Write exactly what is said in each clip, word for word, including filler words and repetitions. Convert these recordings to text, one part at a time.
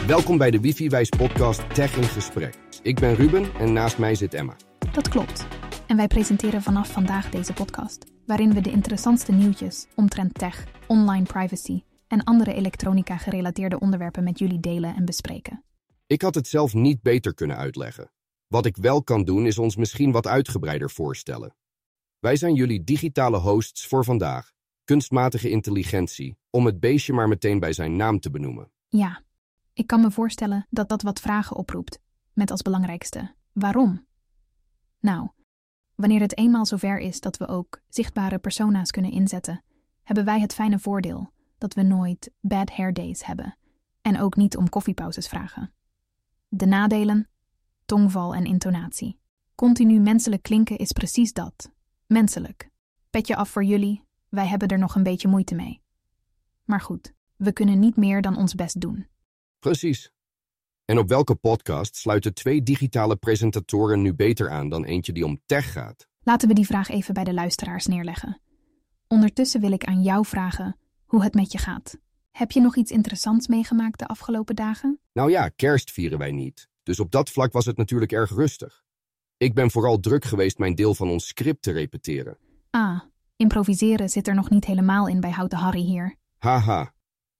Welkom bij de Wifi-wijs podcast Tech in Gesprek. Ik ben Ruben en naast mij zit Emma. Dat klopt. En wij presenteren vanaf vandaag deze podcast, waarin we de interessantste nieuwtjes omtrent tech, online privacy en andere elektronica-gerelateerde onderwerpen met jullie delen en bespreken. Ik had het zelf niet beter kunnen uitleggen. Wat ik wel kan doen is ons misschien wat uitgebreider voorstellen. Wij zijn jullie digitale hosts voor vandaag, kunstmatige intelligentie, om het beestje maar meteen bij zijn naam te benoemen. Ja, ik kan me voorstellen dat dat wat vragen oproept, met als belangrijkste: waarom? Nou, wanneer het eenmaal zover is dat we ook zichtbare persona's kunnen inzetten, hebben wij het fijne voordeel dat we nooit bad hair days hebben en ook niet om koffiepauzes vragen. De nadelen? Tongval en intonatie. Continu menselijk klinken is precies dat. Menselijk. Petje af voor jullie, wij hebben er nog een beetje moeite mee. Maar goed, we kunnen niet meer dan ons best doen. Precies. En op welke podcast sluiten twee digitale presentatoren nu beter aan dan eentje die om tech gaat? Laten we die vraag even bij de luisteraars neerleggen. Ondertussen wil ik aan jou vragen hoe het met je gaat. Heb je nog iets interessants meegemaakt de afgelopen dagen? Nou ja, kerst vieren wij niet. Dus op dat vlak was het natuurlijk erg rustig. Ik ben vooral druk geweest mijn deel van ons script te repeteren. Ah, improviseren zit er nog niet helemaal in bij Houten Harry hier. Haha.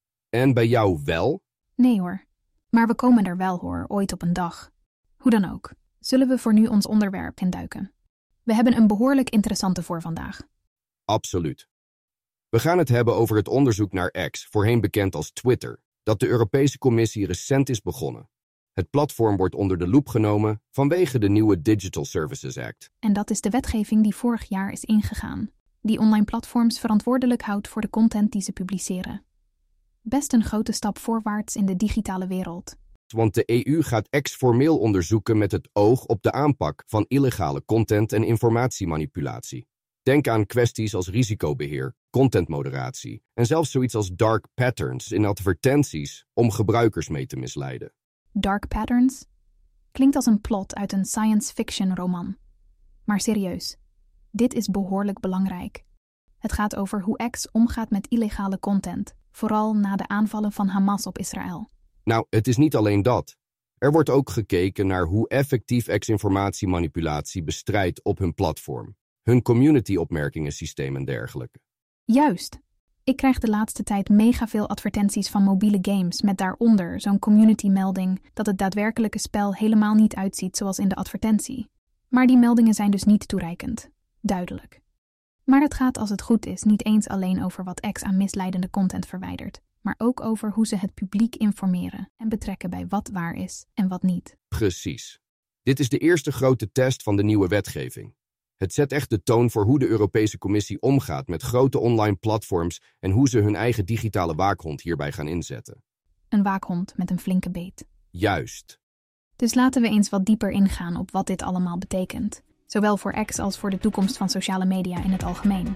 En bij jou wel? Nee hoor. Maar we komen er wel hoor, ooit op een dag. Hoe dan ook, zullen we voor nu ons onderwerp induiken. We hebben een behoorlijk interessante voor vandaag. Absoluut. We gaan het hebben over het onderzoek naar X, voorheen bekend als Twitter, dat de Europese Commissie recent is begonnen. Het platform wordt onder de loep genomen vanwege de nieuwe Digital Services Act. En dat is de wetgeving die vorig jaar is ingegaan, die online platforms verantwoordelijk houdt voor de content die ze publiceren. Best een grote stap voorwaarts in de digitale wereld. Want de E U gaat X formeel onderzoeken met het oog op de aanpak van illegale content en informatiemanipulatie. Denk aan kwesties als risicobeheer, contentmoderatie en zelfs zoiets als dark patterns in advertenties om gebruikers mee te misleiden. Dark patterns? Klinkt als een plot uit een science fiction roman. Maar serieus, dit is behoorlijk belangrijk. Het gaat over hoe X omgaat met illegale content, vooral na de aanvallen van Hamas op Israël. Nou, het is niet alleen dat. Er wordt ook gekeken naar hoe effectief X informatiemanipulatie bestrijdt op hun platform, hun community-opmerkingensysteem en dergelijke. Juist. Ik krijg de laatste tijd mega veel advertenties van mobiele games met daaronder zo'n community-melding dat het daadwerkelijke spel helemaal niet uitziet zoals in de advertentie. Maar die meldingen zijn dus niet toereikend. Duidelijk. Maar het gaat als het goed is niet eens alleen over wat X aan misleidende content verwijdert, maar ook over hoe ze het publiek informeren en betrekken bij wat waar is en wat niet. Precies. Dit is de eerste grote test van de nieuwe wetgeving. Het zet echt de toon voor hoe de Europese Commissie omgaat met grote online platforms en hoe ze hun eigen digitale waakhond hierbij gaan inzetten. Een waakhond met een flinke beet. Juist. Dus laten we eens wat dieper ingaan op wat dit allemaal betekent. Zowel voor X als voor de toekomst van sociale media in het algemeen.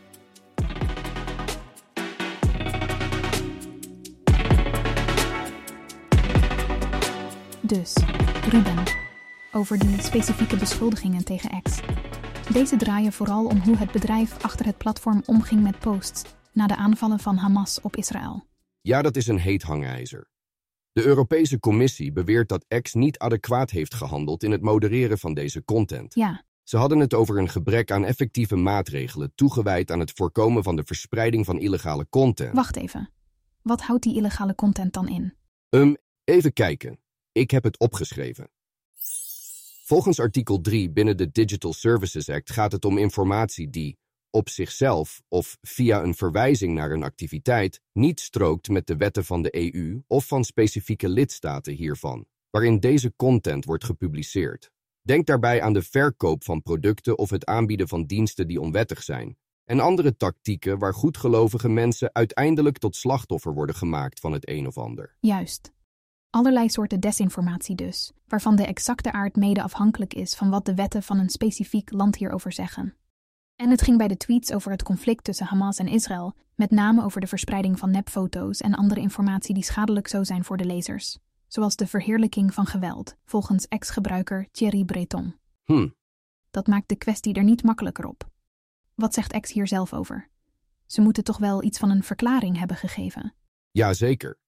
Dus, Ruben, over die specifieke beschuldigingen tegen X. Deze draaien vooral om hoe het bedrijf achter het platform omging met posts na de aanvallen van Hamas op Israël. Ja, dat is een heet hangijzer. De Europese Commissie beweert dat X niet adequaat heeft gehandeld in het modereren van deze content. Ja. Ze hadden het over een gebrek aan effectieve maatregelen toegewijd aan het voorkomen van de verspreiding van illegale content. Wacht even. Wat houdt die illegale content dan in? Um, even kijken. Ik heb het opgeschreven. Volgens artikel drie binnen de Digital Services Act gaat het om informatie die op zichzelf of via een verwijzing naar een activiteit niet strookt met de wetten van de E U of van specifieke lidstaten hiervan, waarin deze content wordt gepubliceerd. Denk daarbij aan de verkoop van producten of het aanbieden van diensten die onwettig zijn, en andere tactieken waar goedgelovige mensen uiteindelijk tot slachtoffer worden gemaakt van het een of ander. Juist. Allerlei soorten desinformatie dus, waarvan de exacte aard mede afhankelijk is van wat de wetten van een specifiek land hierover zeggen. En het ging bij de tweets over het conflict tussen Hamas en Israël, met name over de verspreiding van nepfoto's en andere informatie die schadelijk zou zijn voor de lezers. Zoals de verheerlijking van geweld, volgens ex-gebruiker Thierry Breton. Hm. Dat maakt de kwestie er niet makkelijker op. Wat zegt X hier zelf over? Ze moeten toch wel iets van een verklaring hebben gegeven? Jazeker.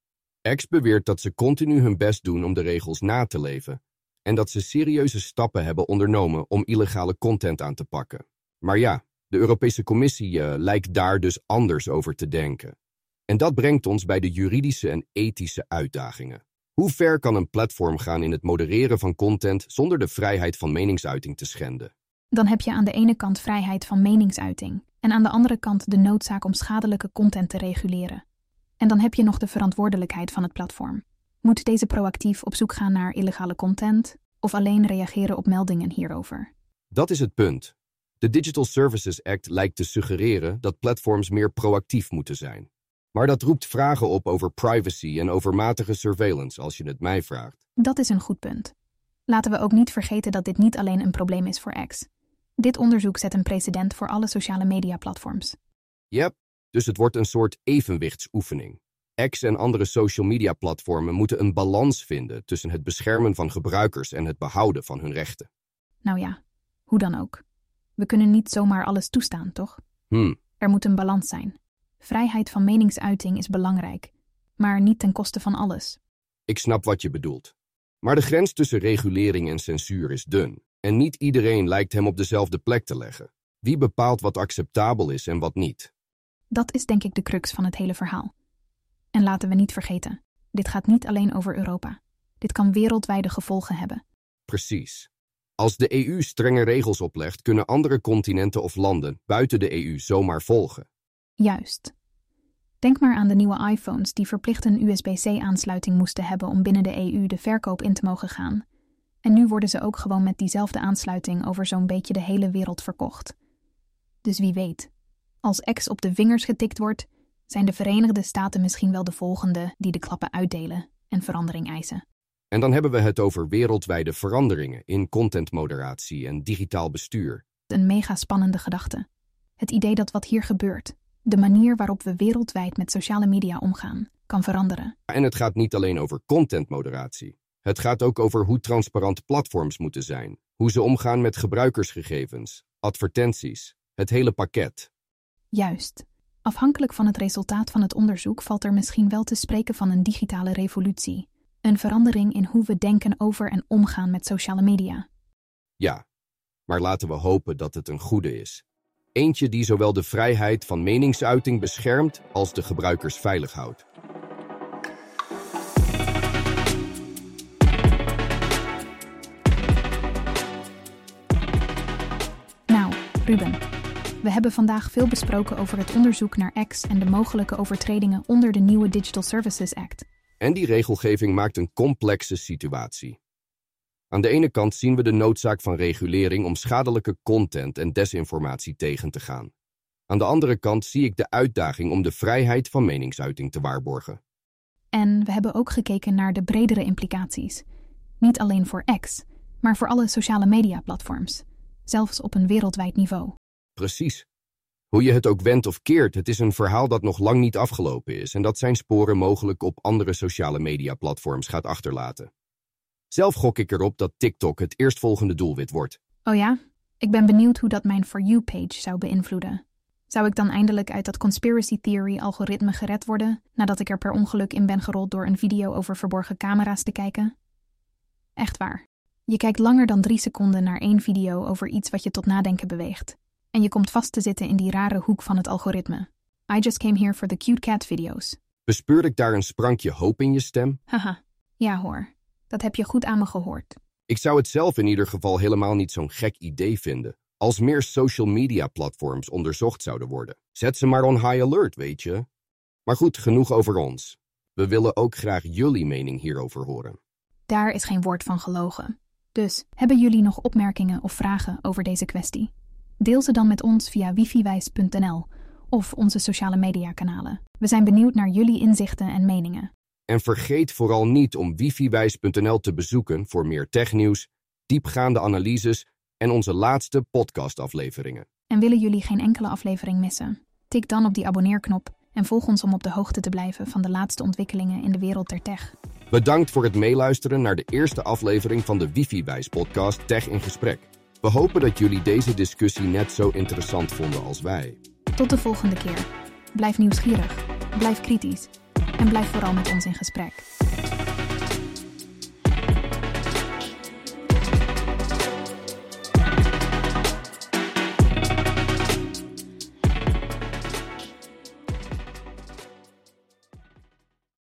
X beweert dat ze continu hun best doen om de regels na te leven en dat ze serieuze stappen hebben ondernomen om illegale content aan te pakken. Maar ja, de Europese Commissie uh, lijkt daar dus anders over te denken. En dat brengt ons bij de juridische en ethische uitdagingen. Hoe ver kan een platform gaan in het modereren van content zonder de vrijheid van meningsuiting te schenden? Dan heb je aan de ene kant vrijheid van meningsuiting en aan de andere kant de noodzaak om schadelijke content te reguleren. En dan heb je nog de verantwoordelijkheid van het platform. Moet deze proactief op zoek gaan naar illegale content of alleen reageren op meldingen hierover? Dat is het punt. De Digital Services Act lijkt te suggereren dat platforms meer proactief moeten zijn. Maar dat roept vragen op over privacy en overmatige surveillance, als je het mij vraagt. Dat is een goed punt. Laten we ook niet vergeten dat dit niet alleen een probleem is voor X. Dit onderzoek zet een precedent voor alle sociale media-platforms. Yep, dus het wordt een soort evenwichtsoefening. X en andere social media-platformen moeten een balans vinden tussen het beschermen van gebruikers en het behouden van hun rechten. Nou ja, hoe dan ook. We kunnen niet zomaar alles toestaan, toch? Hmm. Er moet een balans zijn. Vrijheid van meningsuiting is belangrijk, maar niet ten koste van alles. Ik snap wat je bedoelt. Maar de grens tussen regulering en censuur is dun. En niet iedereen lijkt hem op dezelfde plek te leggen. Wie bepaalt wat acceptabel is en wat niet? Dat is denk ik de crux van het hele verhaal. En laten we niet vergeten, dit gaat niet alleen over Europa. Dit kan wereldwijde gevolgen hebben. Precies. Als de E U strenge regels oplegt, kunnen andere continenten of landen buiten de E U zomaar volgen. Juist. Denk maar aan de nieuwe iPhones die verplicht een U S B C-aansluiting moesten hebben om binnen de E U de verkoop in te mogen gaan. En nu worden ze ook gewoon met diezelfde aansluiting over zo'n beetje de hele wereld verkocht. Dus wie weet, als X op de vingers getikt wordt, zijn de Verenigde Staten misschien wel de volgende die de klappen uitdelen en verandering eisen. En dan hebben we het over wereldwijde veranderingen in contentmoderatie en digitaal bestuur. Een mega spannende gedachte. Het idee dat wat hier gebeurt, de manier waarop we wereldwijd met sociale media omgaan, kan veranderen. En het gaat niet alleen over contentmoderatie. Het gaat ook over hoe transparant platforms moeten zijn, hoe ze omgaan met gebruikersgegevens, advertenties, het hele pakket. Juist. Afhankelijk van het resultaat van het onderzoek valt er misschien wel te spreken van een digitale revolutie. Een verandering in hoe we denken over en omgaan met sociale media. Ja, maar laten we hopen dat het een goede is. Eentje die zowel de vrijheid van meningsuiting beschermt als de gebruikers veilig houdt. Nou, Ruben, we hebben vandaag veel besproken over het onderzoek naar X en de mogelijke overtredingen onder de nieuwe Digital Services Act. En die regelgeving maakt een complexe situatie. Aan de ene kant zien we de noodzaak van regulering om schadelijke content en desinformatie tegen te gaan. Aan de andere kant zie ik de uitdaging om de vrijheid van meningsuiting te waarborgen. En we hebben ook gekeken naar de bredere implicaties. Niet alleen voor X, maar voor alle sociale media-platforms. Zelfs op een wereldwijd niveau. Precies. Hoe je het ook wendt of keert, het is een verhaal dat nog lang niet afgelopen is en dat zijn sporen mogelijk op andere sociale media-platforms gaat achterlaten. Zelf gok ik erop dat TikTok het eerstvolgende doelwit wordt. Oh ja? Ik ben benieuwd hoe dat mijn For You-page zou beïnvloeden. Zou ik dan eindelijk uit dat conspiracy theory-algoritme gered worden, nadat ik er per ongeluk in ben gerold door een video over verborgen camera's te kijken? Echt waar. Je kijkt langer dan drie seconden naar één video over iets wat je tot nadenken beweegt. En je komt vast te zitten in die rare hoek van het algoritme. I just came here for the cute cat video's. Bespeur ik daar een sprankje hoop in je stem? Haha, ja hoor. Dat heb je goed aan me gehoord. Ik zou het zelf in ieder geval helemaal niet zo'n gek idee vinden als meer social media platforms onderzocht zouden worden. Zet ze maar on high alert, weet je. Maar goed, genoeg over ons. We willen ook graag jullie mening hierover horen. Daar is geen woord van gelogen. Dus, hebben jullie nog opmerkingen of vragen over deze kwestie? Deel ze dan met ons via wifiwijs punt n l of onze sociale mediakanalen. We zijn benieuwd naar jullie inzichten en meningen. En vergeet vooral niet om wifiwijs punt n l te bezoeken voor meer technieuws, diepgaande analyses en onze laatste podcastafleveringen. En willen jullie geen enkele aflevering missen? Tik dan op die abonneerknop en volg ons om op de hoogte te blijven van de laatste ontwikkelingen in de wereld der tech. Bedankt voor het meeluisteren naar de eerste aflevering van de Wifiwijs podcast Tech in Gesprek. We hopen dat jullie deze discussie net zo interessant vonden als wij. Tot de volgende keer. Blijf nieuwsgierig. Blijf kritisch. en blijf vooral met ons in gesprek.